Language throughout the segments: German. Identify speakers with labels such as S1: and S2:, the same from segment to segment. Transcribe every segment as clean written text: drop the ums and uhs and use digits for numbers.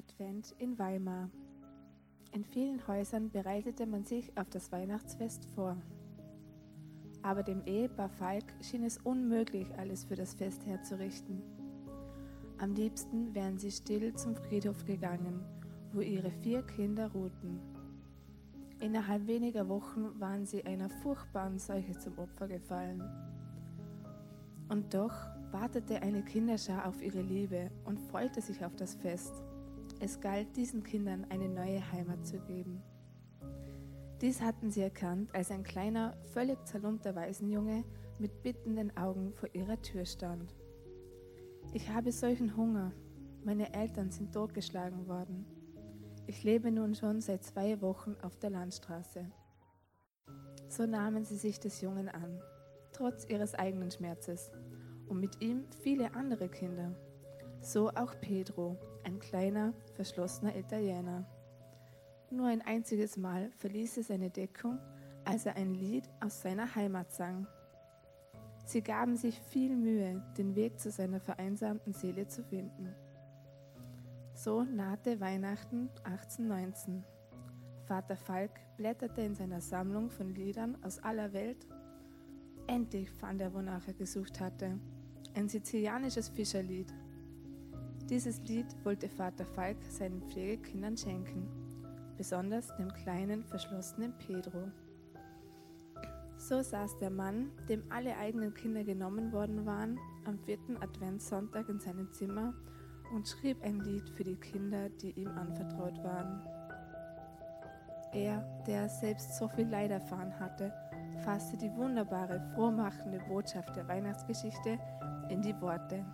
S1: Advent in Weimar. In vielen Häusern bereitete man sich auf das Weihnachtsfest vor. Aber dem Ehepaar Falk schien es unmöglich, alles für das Fest herzurichten. Am liebsten wären sie still zum Friedhof gegangen, wo ihre 4 Kinder ruhten. Innerhalb weniger Wochen waren sie einer furchtbaren Seuche zum Opfer gefallen. Und doch wartete eine Kinderschar auf ihre Liebe und freute sich auf das Fest. Es galt, diesen Kindern eine neue Heimat zu geben. Dies hatten sie erkannt, als ein kleiner, völlig zerlumpter Waisenjunge mit bittenden Augen vor ihrer Tür stand. Ich habe solchen Hunger. Meine Eltern sind totgeschlagen worden. Ich lebe nun schon seit 2 Wochen auf der Landstraße. So nahmen sie sich des Jungen an, trotz ihres eigenen Schmerzes, und mit ihm viele andere Kinder. So auch Pedro, ein kleiner, verschlossener Italiener. Nur ein einziges Mal verließ er seine Deckung, als er ein Lied aus seiner Heimat sang. Sie gaben sich viel Mühe, den Weg zu seiner vereinsamten Seele zu finden. So nahte Weihnachten 1819. Vater Falk blätterte in seiner Sammlung von Liedern aus aller Welt. Endlich fand er, wonach er gesucht hatte: ein sizilianisches Fischerlied. Dieses Lied wollte Vater Falk seinen Pflegekindern schenken, besonders dem kleinen, verschlossenen Pedro. So saß der Mann, dem alle eigenen Kinder genommen worden waren, am 4. Adventssonntag in seinem Zimmer und schrieb ein Lied für die Kinder, die ihm anvertraut waren. Er, der selbst so viel Leid erfahren hatte, fasste die wunderbare, frohmachende Botschaft der Weihnachtsgeschichte in die Worte: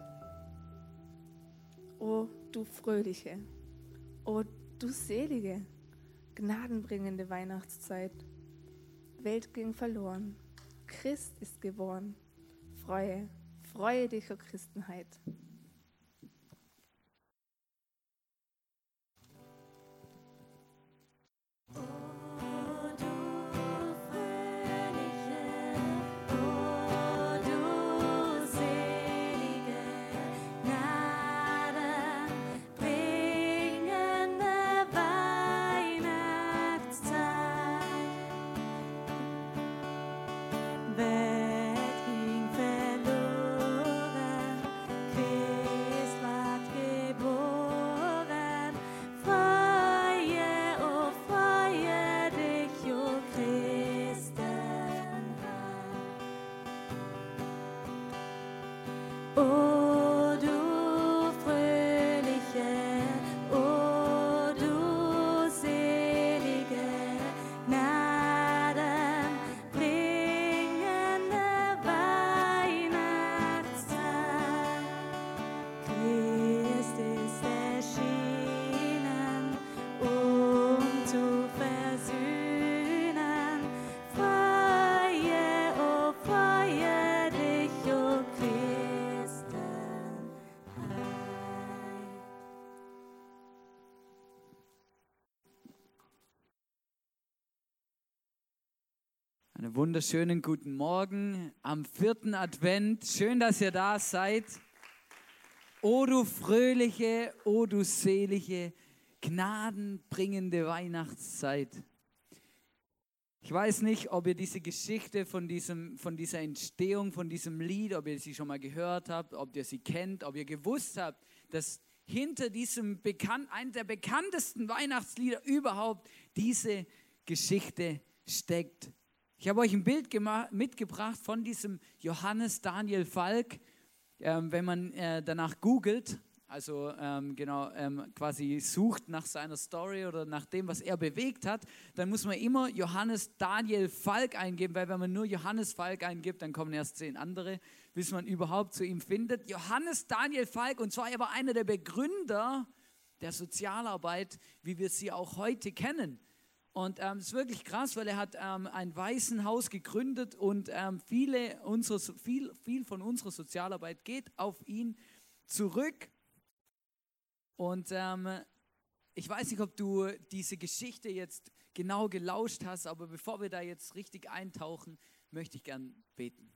S1: O du fröhliche, o du selige, gnadenbringende Weihnachtszeit. Welt ging verloren, Christ ist geboren. Freue, freue dich, o Christenheit.
S2: Einen wunderschönen guten Morgen am 4. Advent. Schön, dass ihr da seid. O du fröhliche, o du selige, gnadenbringende Weihnachtszeit. Ich weiß nicht, ob ihr diese Geschichte von dieser Entstehung, von diesem Lied, ob ihr sie schon mal gehört habt, ob ihr sie kennt, ob ihr gewusst habt, dass hinter diesem einen der bekanntesten Weihnachtslieder überhaupt diese Geschichte steckt. Ich habe euch ein Bild mitgebracht von diesem Johannes Daniel Falk. Wenn man danach googelt, also quasi sucht nach seiner Story oder nach dem, was er bewegt hat, dann muss man immer Johannes Daniel Falk eingeben, weil wenn man nur Johannes Falk eingibt, dann kommen erst 10 andere, bis man überhaupt zu ihm findet. Johannes Daniel Falk, und zwar er war einer der Begründer der Sozialarbeit, wie wir sie auch heute kennen. Und es ist wirklich krass, weil er hat ein Waisenhaus gegründet und viel von unserer Sozialarbeit geht auf ihn zurück. Und ich weiß nicht, ob du diese Geschichte jetzt genau gelauscht hast, aber bevor wir da jetzt richtig eintauchen, möchte ich gern beten.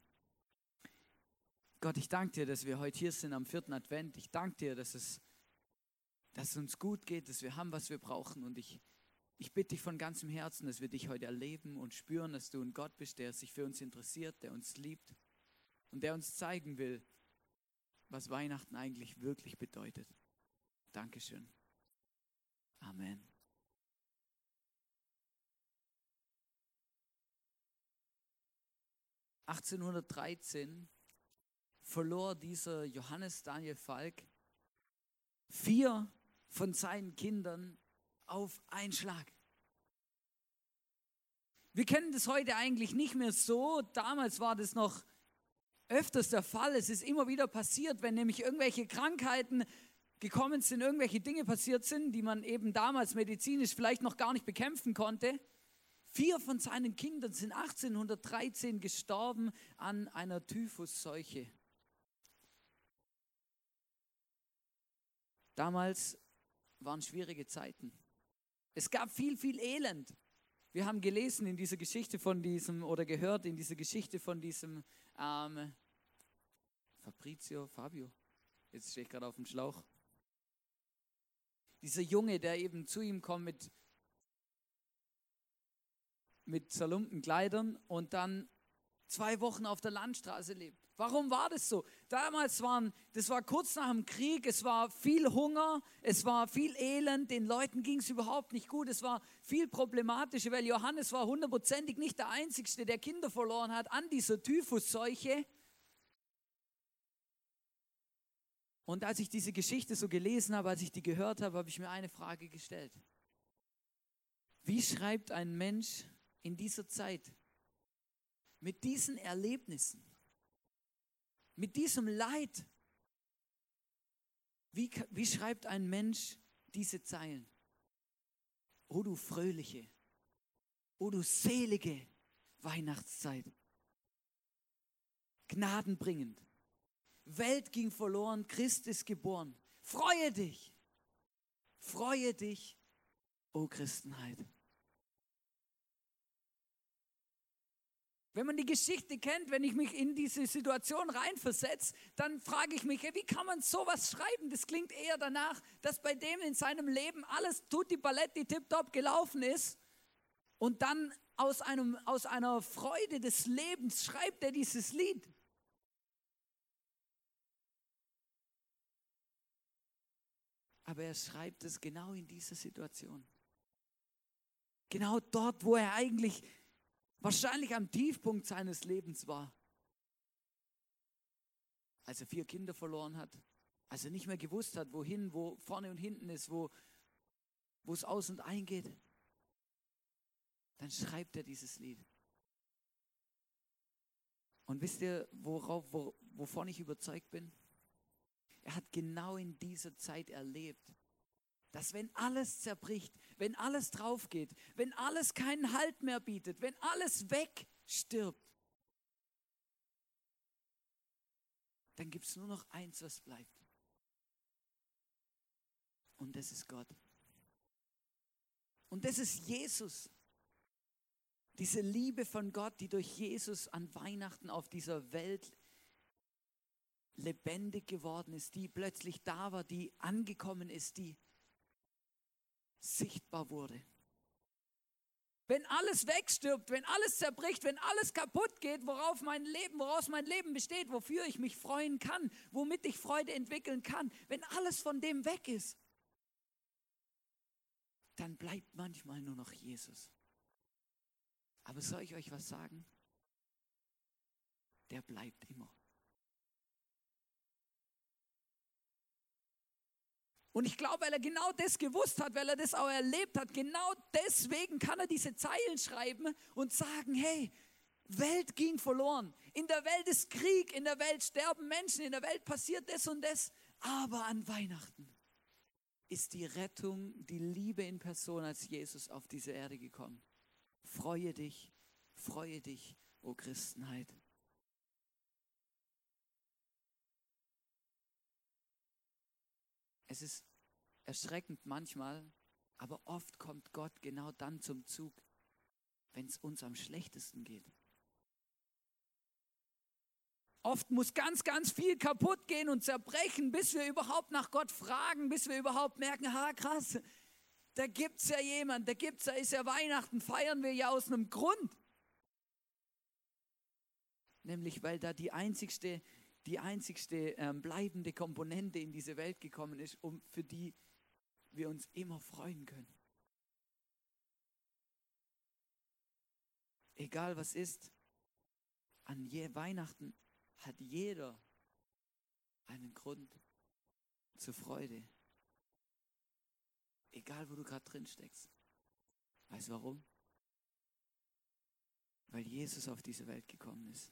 S2: Gott, ich danke dir, dass wir heute hier sind am 4. Advent. Ich danke dir, dass es dass es uns gut geht, dass wir haben, was wir brauchen. Und ich bitte dich von ganzem Herzen, dass wir dich heute erleben und spüren, dass du ein Gott bist, der sich für uns interessiert, der uns liebt und der uns zeigen will, was Weihnachten eigentlich wirklich bedeutet. Dankeschön. Amen. (1813) verlor dieser Johannes Daniel Falk 4 von seinen Kindern auf einen Schlag. Wir kennen das heute eigentlich nicht mehr so. Damals war das noch öfters der Fall. Es ist immer wieder passiert, wenn nämlich irgendwelche Krankheiten gekommen sind, irgendwelche Dinge passiert sind, die man eben damals medizinisch vielleicht noch gar nicht bekämpfen konnte. 4 von seinen Kindern sind 1813 gestorben an einer Typhusseuche. Damals waren schwierige Zeiten. Es gab viel, viel Elend. Wir haben gelesen in dieser Geschichte von diesem, oder gehört in dieser Geschichte von diesem Fabio, jetzt stehe ich gerade auf dem Schlauch. Dieser Junge, der eben zu ihm kommt mit zerlumpten Kleidern und dann 2 Wochen auf der Landstraße lebt. Warum war das so? Damals das war kurz nach dem Krieg, es war viel Hunger, es war viel Elend, den Leuten ging es überhaupt nicht gut, es war viel problematischer, weil Johannes war 100%ig nicht der Einzige, der Kinder verloren hat an dieser Typhusseuche. Und als ich diese Geschichte so gelesen habe, als ich die gehört habe, habe ich mir eine Frage gestellt. Wie schreibt ein Mensch in dieser Zeit mit diesen Erlebnissen, mit diesem Leid, wie schreibt ein Mensch diese Zeilen? O du fröhliche, o du selige Weihnachtszeit, gnadenbringend. Welt ging verloren, Christ ist geboren. Freue dich, o Christenheit. Wenn man die Geschichte kennt, wenn ich mich in diese Situation reinversetze, dann frage ich mich, wie kann man sowas schreiben? Das klingt eher danach, dass bei dem in seinem Leben alles tutti paletti tipptopp gelaufen ist und dann aus einer Freude des Lebens schreibt er dieses Lied. Aber er schreibt es genau in dieser Situation. Genau dort, wo er eigentlich wahrscheinlich am Tiefpunkt seines Lebens war. Als er 4 Kinder verloren hat, als er nicht mehr gewusst hat, wohin, wo vorne und hinten ist, wo es aus und eingeht, dann schreibt er dieses Lied. Und wisst ihr, wovon ich überzeugt bin? Er hat genau in dieser Zeit erlebt, dass wenn alles zerbricht, wenn alles drauf geht, wenn alles keinen Halt mehr bietet, wenn alles wegstirbt, dann gibt es nur noch eins, was bleibt. Und das ist Gott. Und das ist Jesus. Diese Liebe von Gott, die durch Jesus an Weihnachten auf dieser Welt lebendig geworden ist, die plötzlich da war, die angekommen ist, die sichtbar wurde. Wenn alles wegstirbt, wenn alles zerbricht, wenn alles kaputt geht, woraus mein Leben besteht, wofür ich mich freuen kann, womit ich Freude entwickeln kann, wenn alles von dem weg ist, dann bleibt manchmal nur noch Jesus. Aber soll ich euch was sagen? Der bleibt immer. Und ich glaube, weil er genau das gewusst hat, weil er das auch erlebt hat, genau deswegen kann er diese Zeilen schreiben und sagen, hey, Welt ging verloren. In der Welt ist Krieg, in der Welt sterben Menschen, in der Welt passiert das und das. Aber an Weihnachten ist die Rettung, die Liebe in Person als Jesus auf diese Erde gekommen. Freue dich, o Christenheit. Es ist erschreckend manchmal, aber oft kommt Gott genau dann zum Zug, wenn es uns am schlechtesten geht. Oft muss ganz, ganz viel kaputt gehen und zerbrechen, bis wir überhaupt nach Gott fragen, bis wir überhaupt merken, krass, da gibt es ja jemand, da ist ja Weihnachten, feiern wir ja aus einem Grund. Nämlich, weil da die einzigste bleibende Komponente in diese Welt gekommen ist, für die wir uns immer freuen können. Egal was ist, an Weihnachten hat jeder einen Grund zur Freude. Egal, wo du gerade drin steckst. Weißt du warum? Weil Jesus auf diese Welt gekommen ist.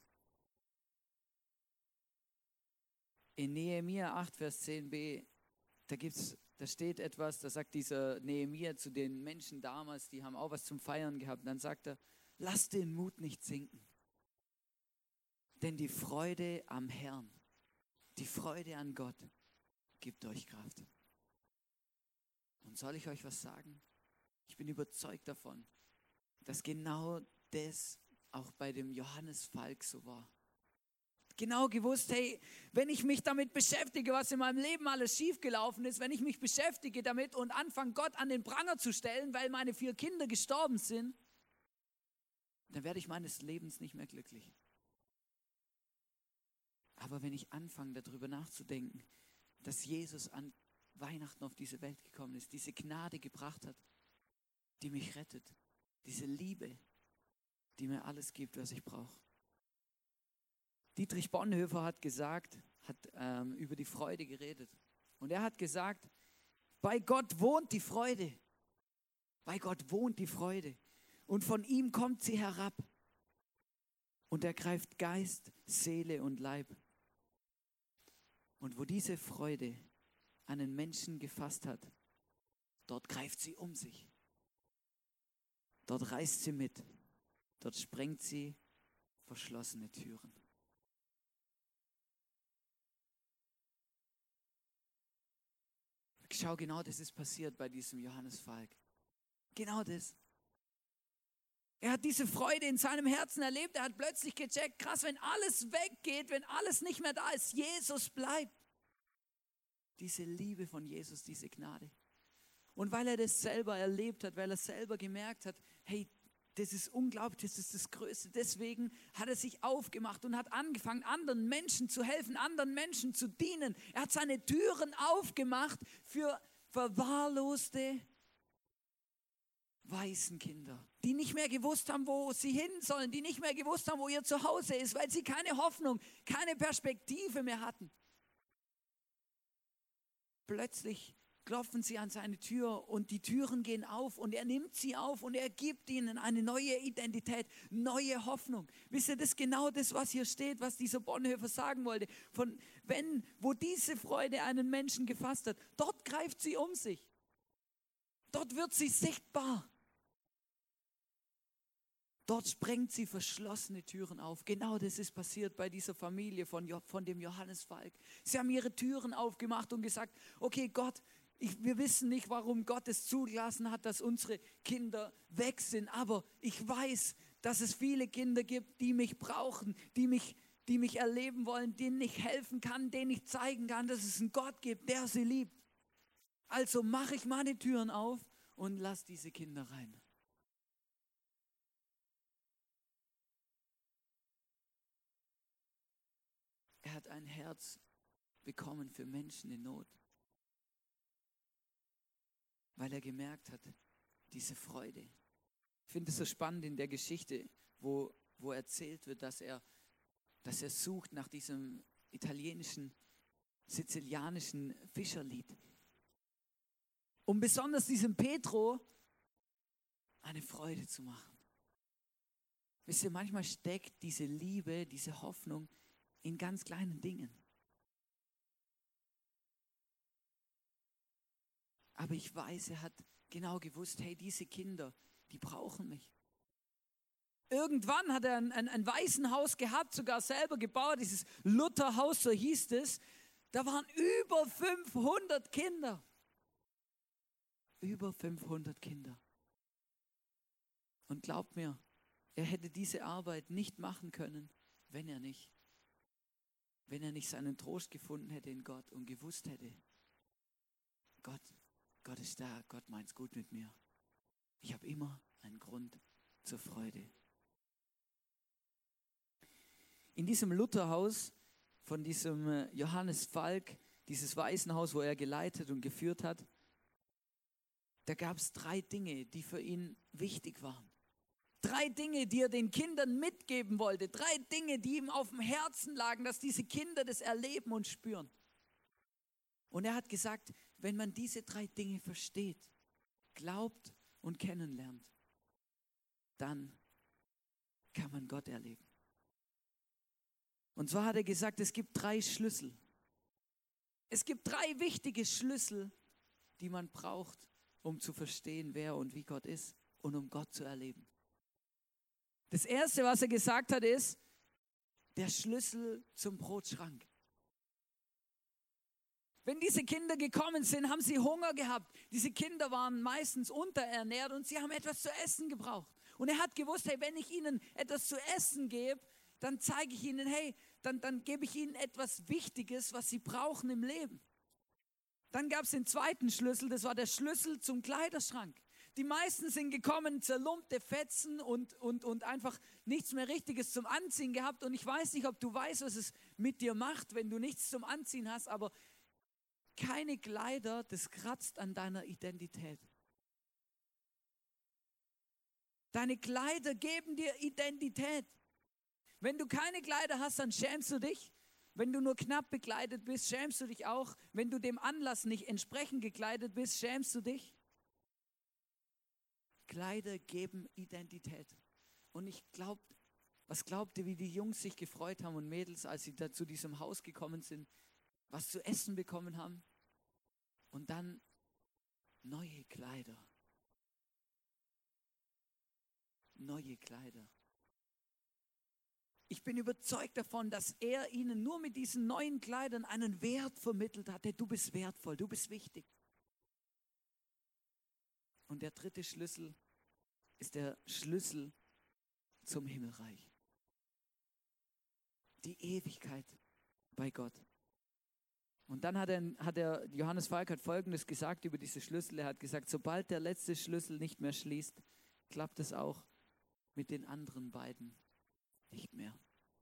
S2: In Nehemia 8, Vers 10b, da steht etwas, da sagt dieser Nehemia zu den Menschen damals, die haben auch was zum Feiern gehabt. Und dann sagt er, lasst den Mut nicht sinken. Denn die Freude am Herrn, die Freude an Gott, gibt euch Kraft. Und soll ich euch was sagen? Ich bin überzeugt davon, dass genau das auch bei dem Johannes Falk so war. Genau gewusst, hey, wenn ich mich damit beschäftige, was in meinem Leben alles schiefgelaufen ist, wenn ich mich beschäftige damit und anfange, Gott an den Pranger zu stellen, weil meine 4 Kinder gestorben sind, dann werde ich meines Lebens nicht mehr glücklich. Aber wenn ich anfange, darüber nachzudenken, dass Jesus an Weihnachten auf diese Welt gekommen ist, diese Gnade gebracht hat, die mich rettet, diese Liebe, die mir alles gibt, was ich brauche. Dietrich Bonhoeffer hat über die Freude geredet. Und er hat gesagt, bei Gott wohnt die Freude. Bei Gott wohnt die Freude. Und von ihm kommt sie herab. Und ergreift Geist, Seele und Leib. Und wo diese Freude einen Menschen gefasst hat, dort greift sie um sich. Dort reißt sie mit. Dort sprengt sie verschlossene Türen. Schau, genau das ist passiert bei diesem Johannes Falk. Genau das. Er hat diese Freude in seinem Herzen erlebt. Er hat plötzlich gecheckt, krass, wenn alles weggeht, wenn alles nicht mehr da ist, Jesus bleibt. Diese Liebe von Jesus, diese Gnade. Und weil er das selber erlebt hat, weil er selber gemerkt hat, hey, das ist unglaublich, das ist das Größte. Deswegen hat er sich aufgemacht und hat angefangen, anderen Menschen zu helfen, anderen Menschen zu dienen. Er hat seine Türen aufgemacht für verwahrloste Waisenkinder, die nicht mehr gewusst haben, wo sie hin sollen, die nicht mehr gewusst haben, wo ihr Zuhause ist, weil sie keine Hoffnung, keine Perspektive mehr hatten. Plötzlich klopfen sie an seine Tür und die Türen gehen auf und er nimmt sie auf und er gibt ihnen eine neue Identität, neue Hoffnung. Wisst ihr, das ist genau das, was hier steht, was dieser Bonhoeffer sagen wollte. Wo diese Freude einen Menschen gefasst hat, dort greift sie um sich. Dort wird sie sichtbar. Dort sprengt sie verschlossene Türen auf. Genau das ist passiert bei dieser Familie von dem Johannes Falk. Sie haben ihre Türen aufgemacht und gesagt, okay Gott, wir wissen nicht, warum Gott es zugelassen hat, dass unsere Kinder weg sind, aber ich weiß, dass es viele Kinder gibt, die mich brauchen, die mich erleben wollen, denen ich helfen kann, denen ich zeigen kann, dass es einen Gott gibt, der sie liebt. Also mache ich meine Türen auf und lass diese Kinder rein. Er hat ein Herz bekommen für Menschen in Not. Weil er gemerkt hat, diese Freude. Ich finde es so spannend in der Geschichte, wo erzählt wird, dass er sucht nach diesem italienischen, sizilianischen Fischerlied. Um besonders diesem Petro eine Freude zu machen. Wisst ihr, manchmal steckt diese Liebe, diese Hoffnung in ganz kleinen Dingen. Aber ich weiß, er hat genau gewusst, hey, diese Kinder, die brauchen mich. Irgendwann hat er ein Waisenhaus gehabt, sogar selber gebaut, dieses Lutherhaus, so hieß es. Da waren über 500 Kinder. Über 500 Kinder. Und glaubt mir, er hätte diese Arbeit nicht machen können, wenn er nicht wenn er nicht seinen Trost gefunden hätte in Gott und gewusst hätte, Gott ist da, Gott meint's gut mit mir. Ich habe immer einen Grund zur Freude. In diesem Lutherhaus von diesem Johannes Falk, dieses Waisenhaus, wo er geleitet und geführt hat, da gab es 3 Dinge, die für ihn wichtig waren. 3 Dinge, die er den Kindern mitgeben wollte. 3 Dinge, die ihm auf dem Herzen lagen, dass diese Kinder das erleben und spüren. Und er hat gesagt, wenn man diese 3 Dinge versteht, glaubt und kennenlernt, dann kann man Gott erleben. Und zwar hat er gesagt, es gibt 3 Schlüssel. Es gibt 3 wichtige Schlüssel, die man braucht, um zu verstehen, wer und wie Gott ist und um Gott zu erleben. Das Erste, was er gesagt hat, ist der Schlüssel zum Brotschrank. Wenn diese Kinder gekommen sind, haben sie Hunger gehabt. Diese Kinder waren meistens unterernährt und sie haben etwas zu essen gebraucht. Und er hat gewusst, hey, wenn ich ihnen etwas zu essen gebe, dann zeige ich ihnen, hey, dann gebe ich ihnen etwas Wichtiges, was sie brauchen im Leben. Dann gab es den zweiten Schlüssel, das war der Schlüssel zum Kleiderschrank. Die meisten sind gekommen, zerlumpte Fetzen und einfach nichts mehr Richtiges zum Anziehen gehabt. Und ich weiß nicht, ob du weißt, was es mit dir macht, wenn du nichts zum Anziehen hast, aber keine Kleider, das kratzt an deiner Identität. Deine Kleider geben dir Identität. Wenn du keine Kleider hast, dann schämst du dich. Wenn du nur knapp bekleidet bist, schämst du dich auch. Wenn du dem Anlass nicht entsprechend gekleidet bist, schämst du dich. Kleider geben Identität. Und was glaubt ihr, wie die Jungs sich gefreut haben und Mädels, als sie da zu diesem Haus gekommen sind, was zu essen bekommen haben und dann neue Kleider. Neue Kleider. Ich bin überzeugt davon, dass er ihnen nur mit diesen neuen Kleidern einen Wert vermittelt hatte. Du bist wertvoll, du bist wichtig. Und der dritte Schlüssel ist der Schlüssel zum Himmelreich. Die Ewigkeit bei Gott. Und dann hat Johannes Falk hat Folgendes gesagt über diese Schlüssel. Er hat gesagt, sobald der letzte Schlüssel nicht mehr schließt, klappt es auch mit den anderen beiden nicht mehr.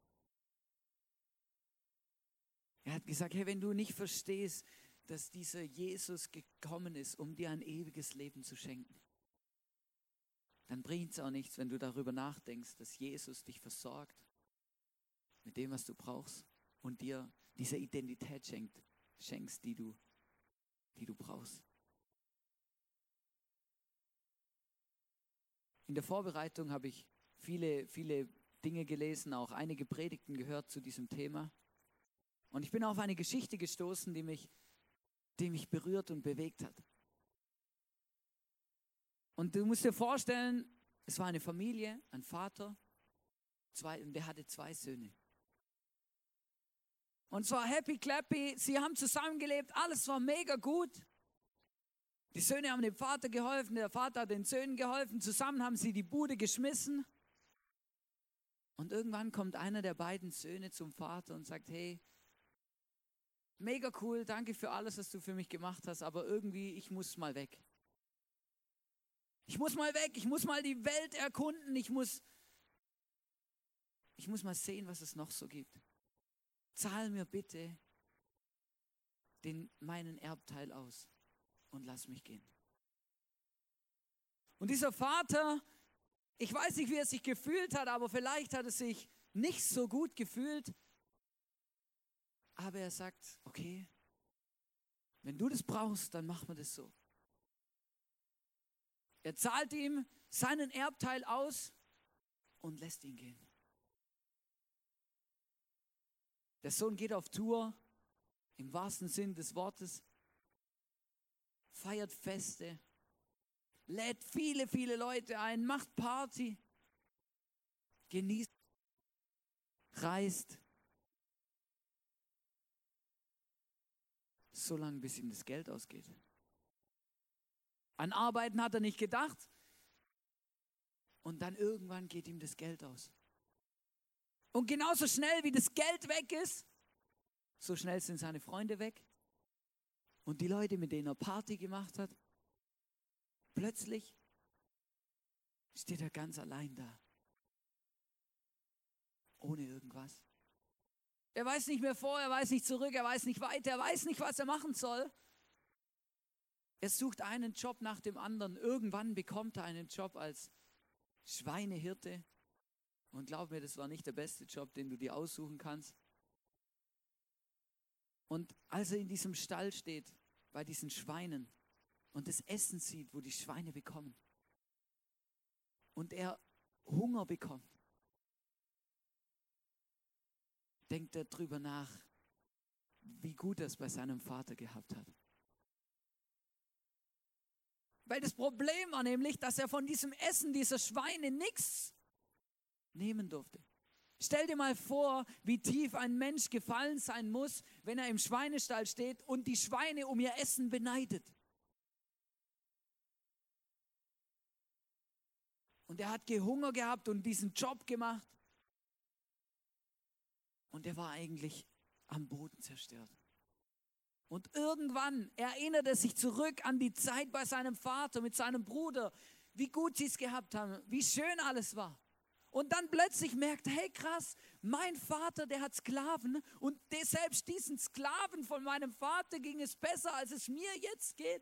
S2: Er hat gesagt, hey, wenn du nicht verstehst, dass dieser Jesus gekommen ist, um dir ein ewiges Leben zu schenken, dann bringt es auch nichts, wenn du darüber nachdenkst, dass Jesus dich versorgt mit dem, was du brauchst und dir diese Identität schenkst, die du brauchst. In der Vorbereitung habe ich viele Dinge gelesen, auch einige Predigten gehört zu diesem Thema. Und ich bin auf eine Geschichte gestoßen, die mich berührt und bewegt hat. Und du musst dir vorstellen, es war eine Familie, ein Vater, und der hatte 2 Söhne. Und zwar happy clappy, sie haben zusammengelebt, alles war mega gut. Die Söhne haben dem Vater geholfen, der Vater hat den Söhnen geholfen, zusammen haben sie die Bude geschmissen. Und irgendwann kommt einer der beiden Söhne zum Vater und sagt, hey, mega cool, danke für alles, was du für mich gemacht hast, aber irgendwie, ich muss mal weg. Ich muss mal weg, ich muss mal die Welt erkunden, ich muss mal sehen, was es noch so gibt. Zahl mir bitte meinen Erbteil aus und lass mich gehen. Und dieser Vater, ich weiß nicht, wie er sich gefühlt hat, aber vielleicht hat er sich nicht so gut gefühlt. Aber er sagt, okay, wenn du das brauchst, dann machen wir das so. Er zahlt ihm seinen Erbteil aus und lässt ihn gehen. Der Sohn geht auf Tour, im wahrsten Sinn des Wortes, feiert Feste, lädt viele Leute ein, macht Party, genießt, reist, so lange bis ihm das Geld ausgeht. An Arbeiten hat er nicht gedacht und dann irgendwann geht ihm das Geld aus. Und genauso schnell wie das Geld weg ist, So schnell sind seine Freunde weg. Und die Leute, mit denen er Party gemacht hat, plötzlich steht er ganz allein da. Ohne irgendwas. Er weiß nicht mehr vor, er weiß nicht zurück, er weiß nicht weiter, er weiß nicht, was er machen soll. Er sucht einen Job nach dem anderen. Irgendwann bekommt er einen Job als Schweinehirte. Und glaub mir, das war nicht der beste Job, den du dir aussuchen kannst. Und als er in diesem Stall steht, bei diesen Schweinen, und das Essen sieht, wo die Schweine bekommen, und er Hunger bekommt, denkt er drüber nach, wie gut er es bei seinem Vater gehabt hat. Weil das Problem war nämlich, dass er von diesem Essen dieser Schweine nichts nehmen durfte. Stell dir mal vor, wie tief ein Mensch gefallen sein muss, wenn er im Schweinestall steht und die Schweine um ihr Essen beneidet. Und er hat Hunger gehabt und diesen Job gemacht. Und er war eigentlich am Boden zerstört. Und irgendwann erinnert er sich zurück an die Zeit bei seinem Vater, mit seinem Bruder, wie gut sie es gehabt haben, wie schön alles war. Und dann plötzlich merkt, hey krass, mein Vater, der hat Sklaven und selbst diesen Sklaven von meinem Vater ging es besser, als es mir jetzt geht.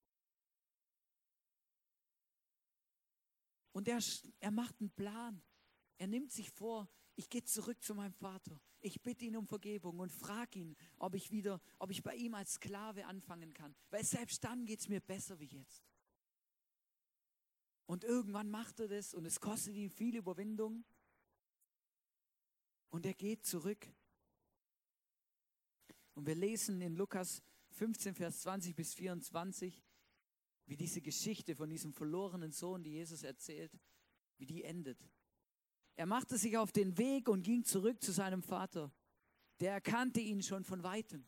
S2: Und er macht einen Plan. Er nimmt sich vor, ich gehe zurück zu meinem Vater. Ich bitte ihn um Vergebung und frage ihn, ob ich bei ihm als Sklave anfangen kann. Weil selbst dann geht es mir besser wie jetzt. Und irgendwann macht er das und es kostet ihn viel Überwindung. Und er geht zurück. Und wir lesen in Lukas 15, Vers 20 bis 24, wie diese Geschichte von diesem verlorenen Sohn, die Jesus erzählt, wie die endet. Er machte sich auf den Weg und ging zurück zu seinem Vater. Der erkannte ihn schon von Weitem.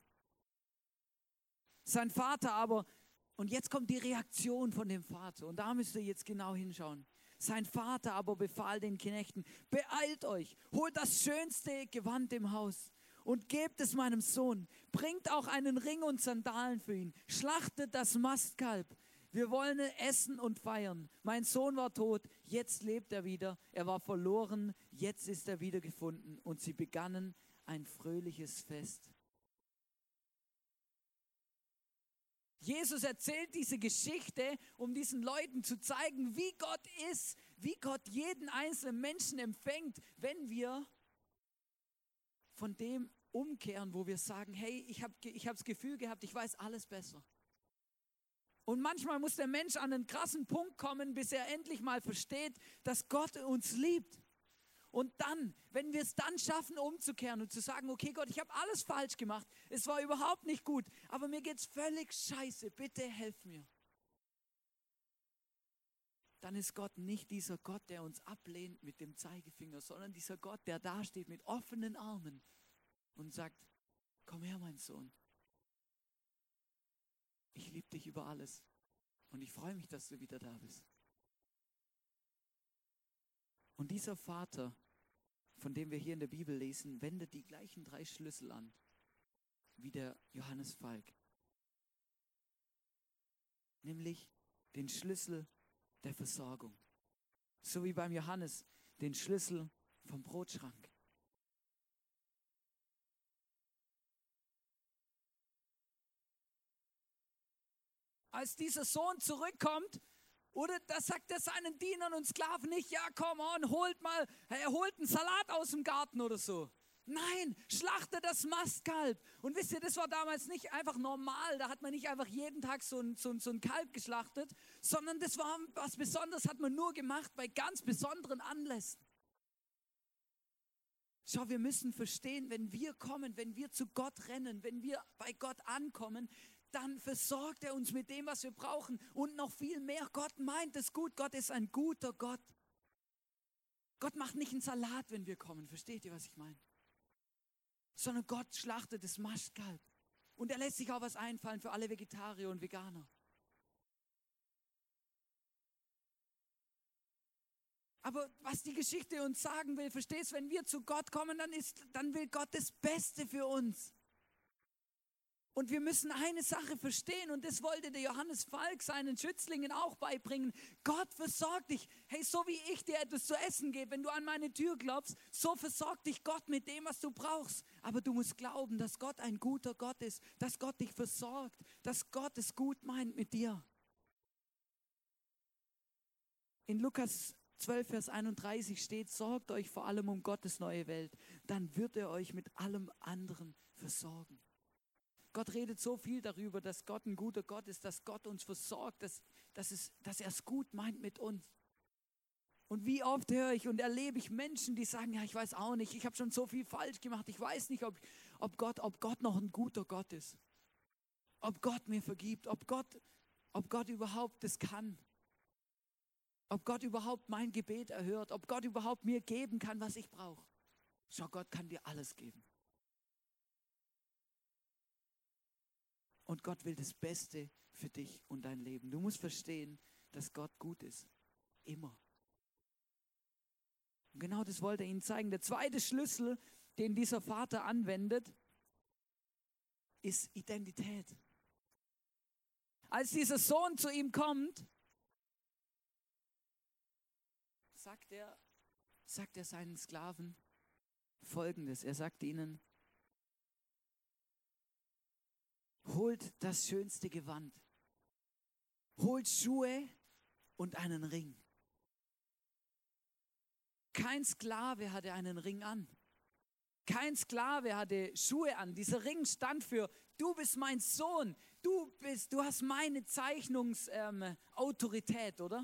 S2: Sein Vater aber, und jetzt kommt die Reaktion von dem Vater, und da müsst ihr jetzt genau hinschauen. Sein Vater aber befahl den Knechten, beeilt euch, holt das schönste Gewand im Haus und gebt es meinem Sohn. Bringt auch einen Ring und Sandalen für ihn. Schlachtet das Mastkalb. Wir wollen essen und feiern. Mein Sohn war tot, jetzt lebt er wieder. Er war verloren, jetzt ist er wieder gefunden. Und sie begannen ein fröhliches Fest. Jesus erzählt diese Geschichte, um diesen Leuten zu zeigen, wie Gott ist, wie Gott jeden einzelnen Menschen empfängt, wenn wir von dem umkehren, wo wir sagen, hey, ich habe das Gefühl gehabt, ich weiß alles besser. Und manchmal muss der Mensch an einen krassen Punkt kommen, bis er endlich mal versteht, dass Gott uns liebt. Und dann, wenn wir es dann schaffen, umzukehren und zu sagen, okay Gott, ich habe alles falsch gemacht, es war überhaupt nicht gut, aber mir geht es völlig scheiße, bitte helf mir. Dann ist Gott nicht dieser Gott, der uns ablehnt mit dem Zeigefinger, sondern dieser Gott, der da steht mit offenen Armen und sagt, komm her, mein Sohn. Ich liebe dich über alles und ich freue mich, dass du wieder da bist. Und dieser Vater, von dem wir hier in der Bibel lesen, wendet die gleichen 3 Schlüssel an, wie der Johannes Falk. Nämlich den Schlüssel der Versorgung. So wie beim Johannes den Schlüssel vom Brotschrank. Als dieser Sohn zurückkommt, oder da sagt er seinen Dienern und Sklaven nicht, ja komm on, holt einen Salat aus dem Garten oder so. Nein, schlachtet das Mastkalb. Und wisst ihr, das war damals nicht einfach normal, da hat man nicht einfach jeden Tag so ein Kalb geschlachtet, sondern das war was Besonderes, hat man nur gemacht bei ganz besonderen Anlässen. Schau, wir müssen verstehen, wenn wir kommen, wenn wir zu Gott rennen, wenn wir bei Gott ankommen, dann versorgt er uns mit dem, was wir brauchen und noch viel mehr. Gott meint es gut, Gott ist ein guter Gott. Gott macht nicht einen Salat, wenn wir kommen, versteht ihr, was ich meine? Sondern Gott schlachtet das Mastkalb und er lässt sich auch was einfallen für alle Vegetarier und Veganer. Aber was die Geschichte uns sagen will, verstehst du, wenn wir zu Gott kommen, dann will Gott das Beste für uns. Und wir müssen eine Sache verstehen, und das wollte der Johannes Falk seinen Schützlingen auch beibringen. Gott versorgt dich. Hey, so wie ich dir etwas zu essen gebe, wenn du an meine Tür klopfst, so versorgt dich Gott mit dem, was du brauchst. Aber du musst glauben, dass Gott ein guter Gott ist, dass Gott dich versorgt, dass Gott es gut meint mit dir. In Lukas 12, Vers 31 steht, sorgt euch vor allem um Gottes neue Welt, dann wird er euch mit allem anderen versorgen. Gott redet so viel darüber, dass Gott ein guter Gott ist, dass Gott uns versorgt, dass er es gut meint mit uns. Und wie oft höre ich und erlebe ich Menschen, die sagen, ja, ich weiß auch nicht, ich habe schon so viel falsch gemacht, ich weiß nicht, ob Gott noch ein guter Gott ist, ob Gott mir vergibt, ob Gott überhaupt das kann, ob Gott überhaupt mein Gebet erhört, ob Gott überhaupt mir geben kann, was ich brauche. Schau, Gott kann dir alles geben. Und Gott will das Beste für dich und dein Leben. Du musst verstehen, dass Gott gut ist. Immer. Und genau das wollte er ihnen zeigen. Der zweite Schlüssel, den dieser Vater anwendet, ist Identität. Als dieser Sohn zu ihm kommt, sagt er seinen Sklaven Folgendes. Er sagt ihnen, holt das schönste Gewand, holt Schuhe und einen Ring. Kein Sklave hatte einen Ring an. Kein Sklave hatte Schuhe an. Dieser Ring stand für, du bist mein Sohn, du hast meine Zeichnungsautorität, oder?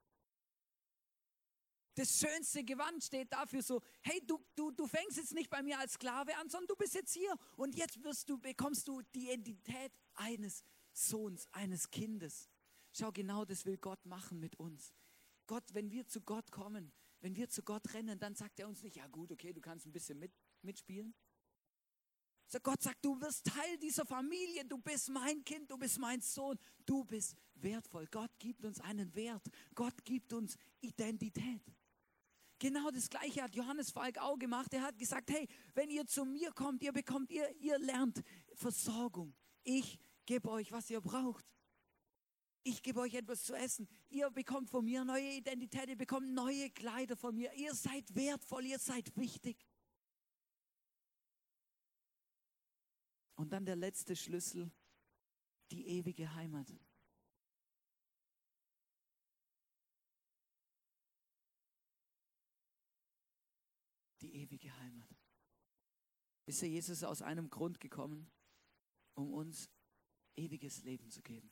S2: Das schönste Gewand steht dafür so, hey, du fängst jetzt nicht bei mir als Sklave an, sondern du bist jetzt hier. Und jetzt bekommst du die Identität eines Sohns, eines Kindes. Schau, genau das will Gott machen mit uns. Gott, wenn wir zu Gott kommen, wenn wir zu Gott rennen, dann sagt er uns nicht, ja gut, okay, du kannst ein bisschen mitspielen. So, Gott sagt, du wirst Teil dieser Familie, du bist mein Kind, du bist mein Sohn, du bist wertvoll. Gott gibt uns einen Wert, Gott gibt uns Identität. Genau das Gleiche hat Johannes Falk auch gemacht. Er hat gesagt, hey, wenn ihr zu mir kommt, ihr lernt Versorgung. Ich gebe euch, was ihr braucht. Ich gebe euch etwas zu essen. Ihr bekommt von mir neue Identität, ihr bekommt neue Kleider von mir. Ihr seid wertvoll, ihr seid wichtig. Und dann der letzte Schlüssel, die ewige Heimat. Die ewige Heimat. Ist ja Jesus aus einem Grund gekommen, um uns ewiges Leben zu geben.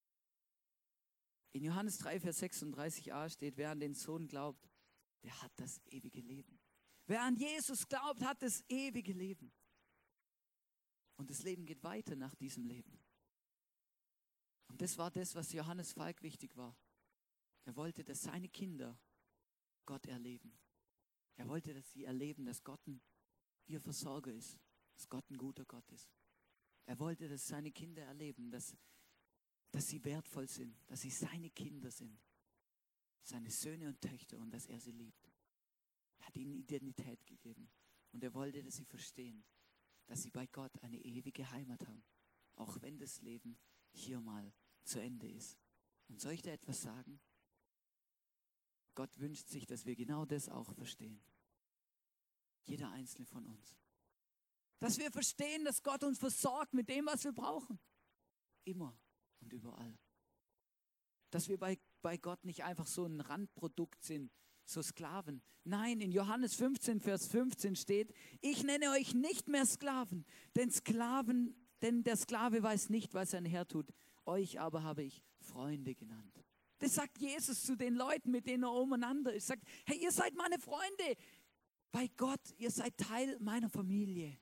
S2: In Johannes 3, Vers 36a steht, wer an den Sohn glaubt, der hat das ewige Leben. Wer an Jesus glaubt, hat das ewige Leben. Und das Leben geht weiter nach diesem Leben. Und das war das, was Johannes Falk wichtig war. Er wollte, dass seine Kinder Gott erleben. Er wollte, dass sie erleben, dass Gott ihr Versorger ist, dass Gott ein guter Gott ist. Er wollte, dass seine Kinder erleben, dass sie wertvoll sind, dass sie seine Kinder sind, seine Söhne und Töchter und dass er sie liebt. Er hat ihnen Identität gegeben und er wollte, dass sie verstehen, dass sie bei Gott eine ewige Heimat haben, auch wenn das Leben hier mal zu Ende ist. Und soll ich dir etwas sagen? Gott wünscht sich, dass wir genau das auch verstehen. Jeder einzelne von uns. Dass wir verstehen, dass Gott uns versorgt mit dem, was wir brauchen. Immer und überall. Dass wir bei Gott nicht einfach so ein Randprodukt sind, so Sklaven. Nein, in Johannes 15, Vers 15 steht, ich nenne euch nicht mehr Sklaven, denn der Sklave weiß nicht, was sein Herr tut. Euch aber habe ich Freunde genannt. Das sagt Jesus zu den Leuten, mit denen er umeinander ist. Er sagt, hey, ihr seid meine Freunde. Bei Gott, ihr seid Teil meiner Familie.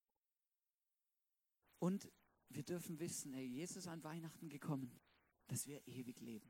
S2: Und wir dürfen wissen, hey, Jesus ist an Weihnachten gekommen, dass wir ewig leben.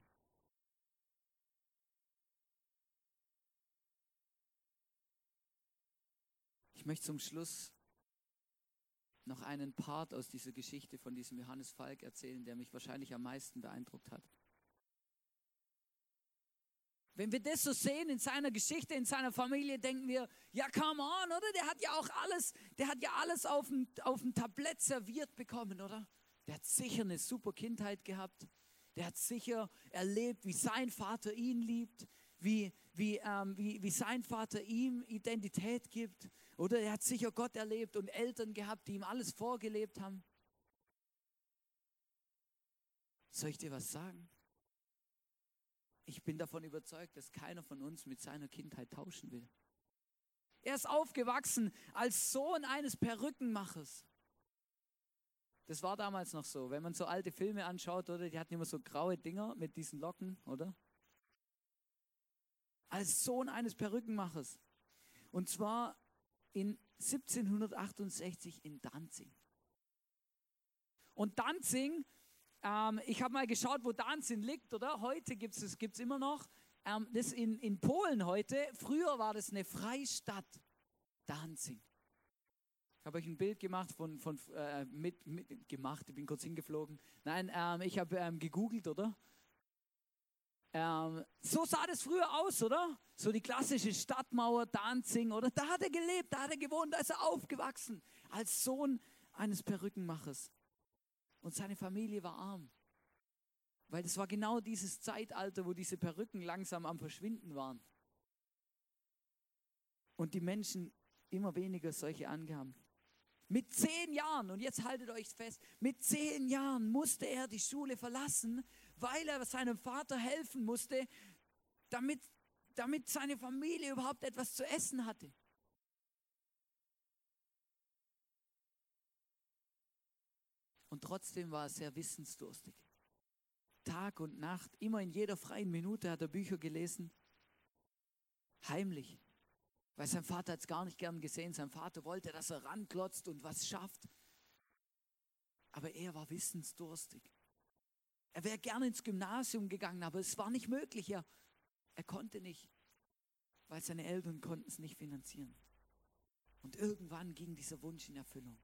S2: Ich möchte zum Schluss noch einen Part aus dieser Geschichte von diesem Johannes Falk erzählen, der mich wahrscheinlich am meisten beeindruckt hat. Wenn wir das so sehen in seiner Geschichte, in seiner Familie, denken wir, ja, come on, oder? Der hat ja alles auf dem Tablett serviert bekommen, oder? Der hat sicher eine super Kindheit gehabt. Der hat sicher erlebt, wie sein Vater ihn liebt, wie sein Vater ihm Identität gibt. Oder er hat sicher Gott erlebt und Eltern gehabt, die ihm alles vorgelebt haben. Soll ich dir was sagen? Ich bin davon überzeugt, dass keiner von uns mit seiner Kindheit tauschen will. Er ist aufgewachsen als Sohn eines Perückenmachers. Das war damals noch so. Wenn man so alte Filme anschaut, oder? Die hatten immer so graue Dinger mit diesen Locken, oder? Als Sohn eines Perückenmachers. Und zwar in 1768 in Danzig. Und Danzig, ich habe mal geschaut, wo Danzig liegt, oder? Heute gibt es immer noch. Das in Polen heute. Früher war das eine Freistadt, Danzig. Ich habe euch ein Bild gemacht gemacht, ich bin kurz hingeflogen. Nein, ich habe gegoogelt, oder? So sah das früher aus, oder? So die klassische Stadtmauer, Danzig, oder? Da hat er gelebt, da hat er gewohnt, da ist er aufgewachsen. Als Sohn eines Perückenmachers. Und seine Familie war arm. Weil das war genau dieses Zeitalter, wo diese Perücken langsam am Verschwinden waren. Und die Menschen immer weniger solche angaben. Mit 10 Jahren, und jetzt haltet euch fest, mit 10 Jahren musste er die Schule verlassen, weil er seinem Vater helfen musste, damit seine Familie überhaupt etwas zu essen hatte. Und trotzdem war er sehr wissensdurstig. Tag und Nacht, immer in jeder freien Minute hat er Bücher gelesen. Heimlich. Weil sein Vater hat es gar nicht gern gesehen. Sein Vater wollte, dass er ranklotzt und was schafft. Aber er war wissensdurstig. Er wäre gerne ins Gymnasium gegangen, aber es war nicht möglich. Er konnte nicht, weil seine Eltern konnten es nicht finanzieren. Und irgendwann ging dieser Wunsch in Erfüllung.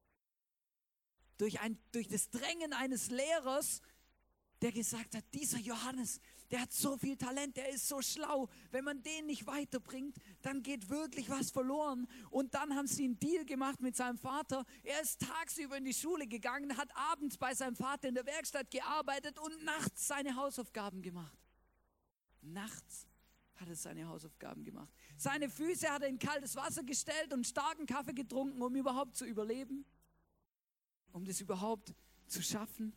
S2: Durch das Drängen eines Lehrers, der gesagt hat, dieser Johannes, der hat so viel Talent, der ist so schlau. Wenn man den nicht weiterbringt, dann geht wirklich was verloren. Und dann haben sie einen Deal gemacht mit seinem Vater. Er ist tagsüber in die Schule gegangen, hat abends bei seinem Vater in der Werkstatt gearbeitet und nachts seine Hausaufgaben gemacht. Nachts hat er seine Hausaufgaben gemacht. Seine Füße hat er in kaltes Wasser gestellt und starken Kaffee getrunken, um überhaupt zu überleben. Um das überhaupt zu schaffen.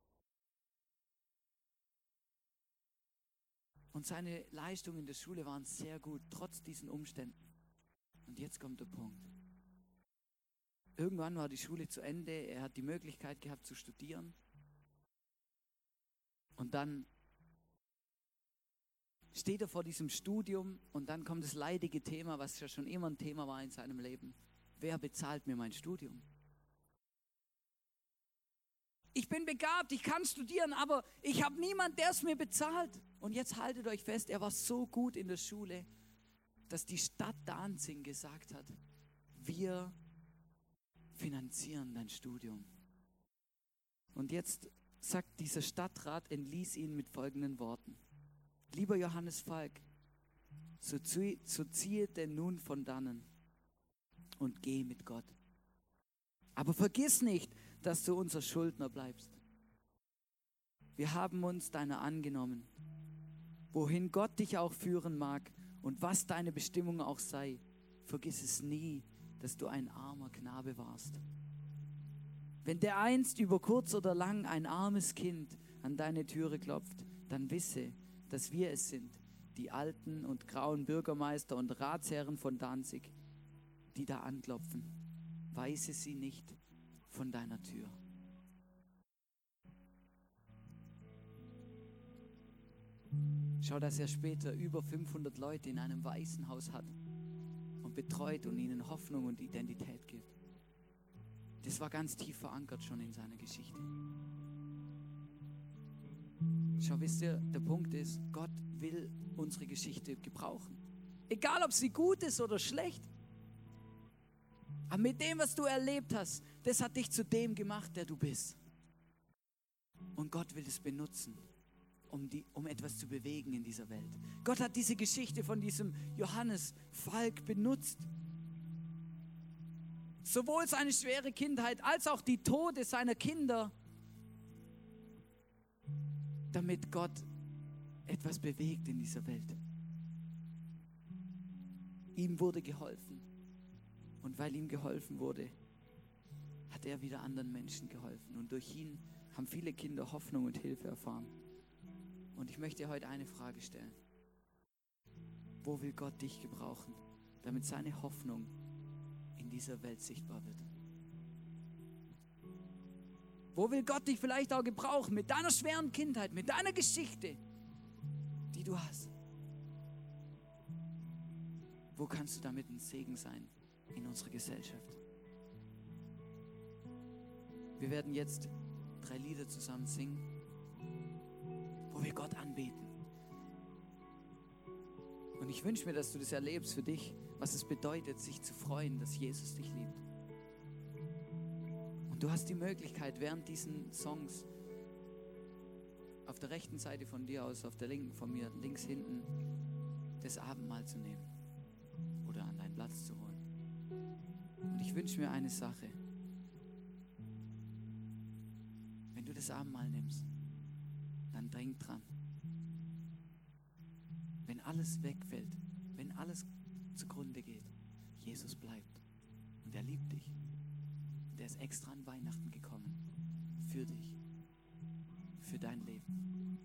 S2: Und seine Leistungen in der Schule waren sehr gut, trotz diesen Umständen. Und jetzt kommt der Punkt. Irgendwann war die Schule zu Ende, er hat die Möglichkeit gehabt zu studieren. Und dann steht er vor diesem Studium und dann kommt das leidige Thema, was ja schon immer ein Thema war in seinem Leben. Wer bezahlt mir mein Studium? Ich bin begabt, ich kann studieren, aber ich habe niemanden, der es mir bezahlt. Und jetzt haltet euch fest, er war so gut in der Schule, dass die Stadt Danzig gesagt hat, wir finanzieren dein Studium. Und jetzt sagt dieser Stadtrat, entließ ihn mit folgenden Worten. Lieber Johannes Falk, so ziehe denn nun von dannen und geh mit Gott. Aber vergiss nicht, dass du unser Schuldner bleibst. Wir haben uns deiner angenommen. Wohin Gott dich auch führen mag und was deine Bestimmung auch sei, vergiss es nie, dass du ein armer Knabe warst. Wenn dereinst über kurz oder lang ein armes Kind an deine Türe klopft, dann wisse, dass wir es sind, die alten und grauen Bürgermeister und Ratsherren von Danzig, die da anklopfen. Weise sie nicht von deiner Tür. Schau, dass er später über 500 Leute in einem Waisenhaus hat und betreut und ihnen Hoffnung und Identität gibt. Das war ganz tief verankert schon in seiner Geschichte. Schau, wisst ihr, der Punkt ist, Gott will unsere Geschichte gebrauchen. Egal, ob sie gut ist oder schlecht. Aber mit dem, was du erlebt hast, das hat dich zu dem gemacht, der du bist. Und Gott will es benutzen, um etwas zu bewegen in dieser Welt. Gott hat diese Geschichte von diesem Johannes Falk benutzt. Sowohl seine schwere Kindheit als auch die Tode seiner Kinder, damit Gott etwas bewegt in dieser Welt. Ihm wurde geholfen. Und weil ihm geholfen wurde, hat er wieder anderen Menschen geholfen. Und durch ihn haben viele Kinder Hoffnung und Hilfe erfahren. Und ich möchte dir heute eine Frage stellen. Wo will Gott dich gebrauchen, damit seine Hoffnung in dieser Welt sichtbar wird? Wo will Gott dich vielleicht auch gebrauchen mit deiner schweren Kindheit, mit deiner Geschichte, die du hast? Wo kannst du damit ein Segen sein in unserer Gesellschaft? Wir werden jetzt 3 Lieder zusammen singen, wo wir Gott anbeten. Und ich wünsche mir, dass du das erlebst für dich, was es bedeutet, sich zu freuen, dass Jesus dich liebt. Und du hast die Möglichkeit, während diesen Songs auf der rechten Seite von dir aus, auf der linken von mir, links hinten, das Abendmahl zu nehmen oder an deinen Platz zu holen. Und ich wünsche mir eine Sache. Wenn du das Abendmahl nimmst, dann denk dran. Wenn alles wegfällt, wenn alles zugrunde geht, Jesus bleibt und er liebt dich. Und er ist extra an Weihnachten gekommen. Für dich. Für dein Leben.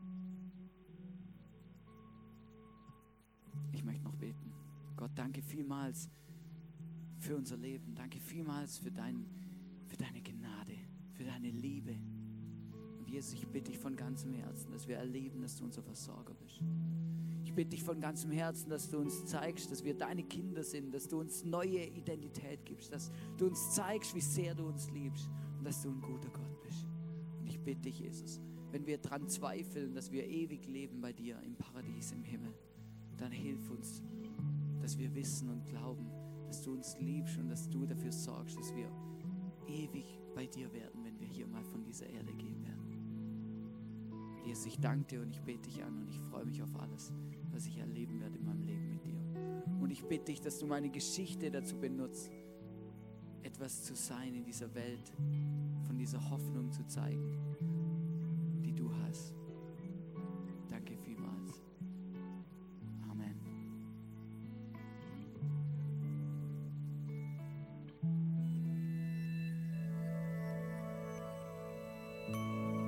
S2: Ich möchte noch beten. Gott, danke vielmals für unser Leben. Danke vielmals für deine Gnade, für deine Liebe. Und Jesus, ich bitte dich von ganzem Herzen, dass wir erleben, dass du unser Versorger bist. Ich bitte dich von ganzem Herzen, dass du uns zeigst, dass wir deine Kinder sind, dass du uns neue Identität gibst, dass du uns zeigst, wie sehr du uns liebst und dass du ein guter Gott bist. Und ich bitte dich, Jesus, wenn wir daran zweifeln, dass wir ewig leben bei dir im Paradies, im Himmel, dann hilf uns, dass wir wissen und glauben, dass du uns liebst und dass du dafür sorgst, dass wir ewig bei dir werden, wenn wir hier mal von dieser Erde gehen werden. Jesus, ich danke dir und ich bete dich an und ich freue mich auf alles, was ich erleben werde in meinem Leben mit dir. Und ich bitte dich, dass du meine Geschichte dazu benutzt, etwas zu sein in dieser Welt, von dieser Hoffnung zu zeigen.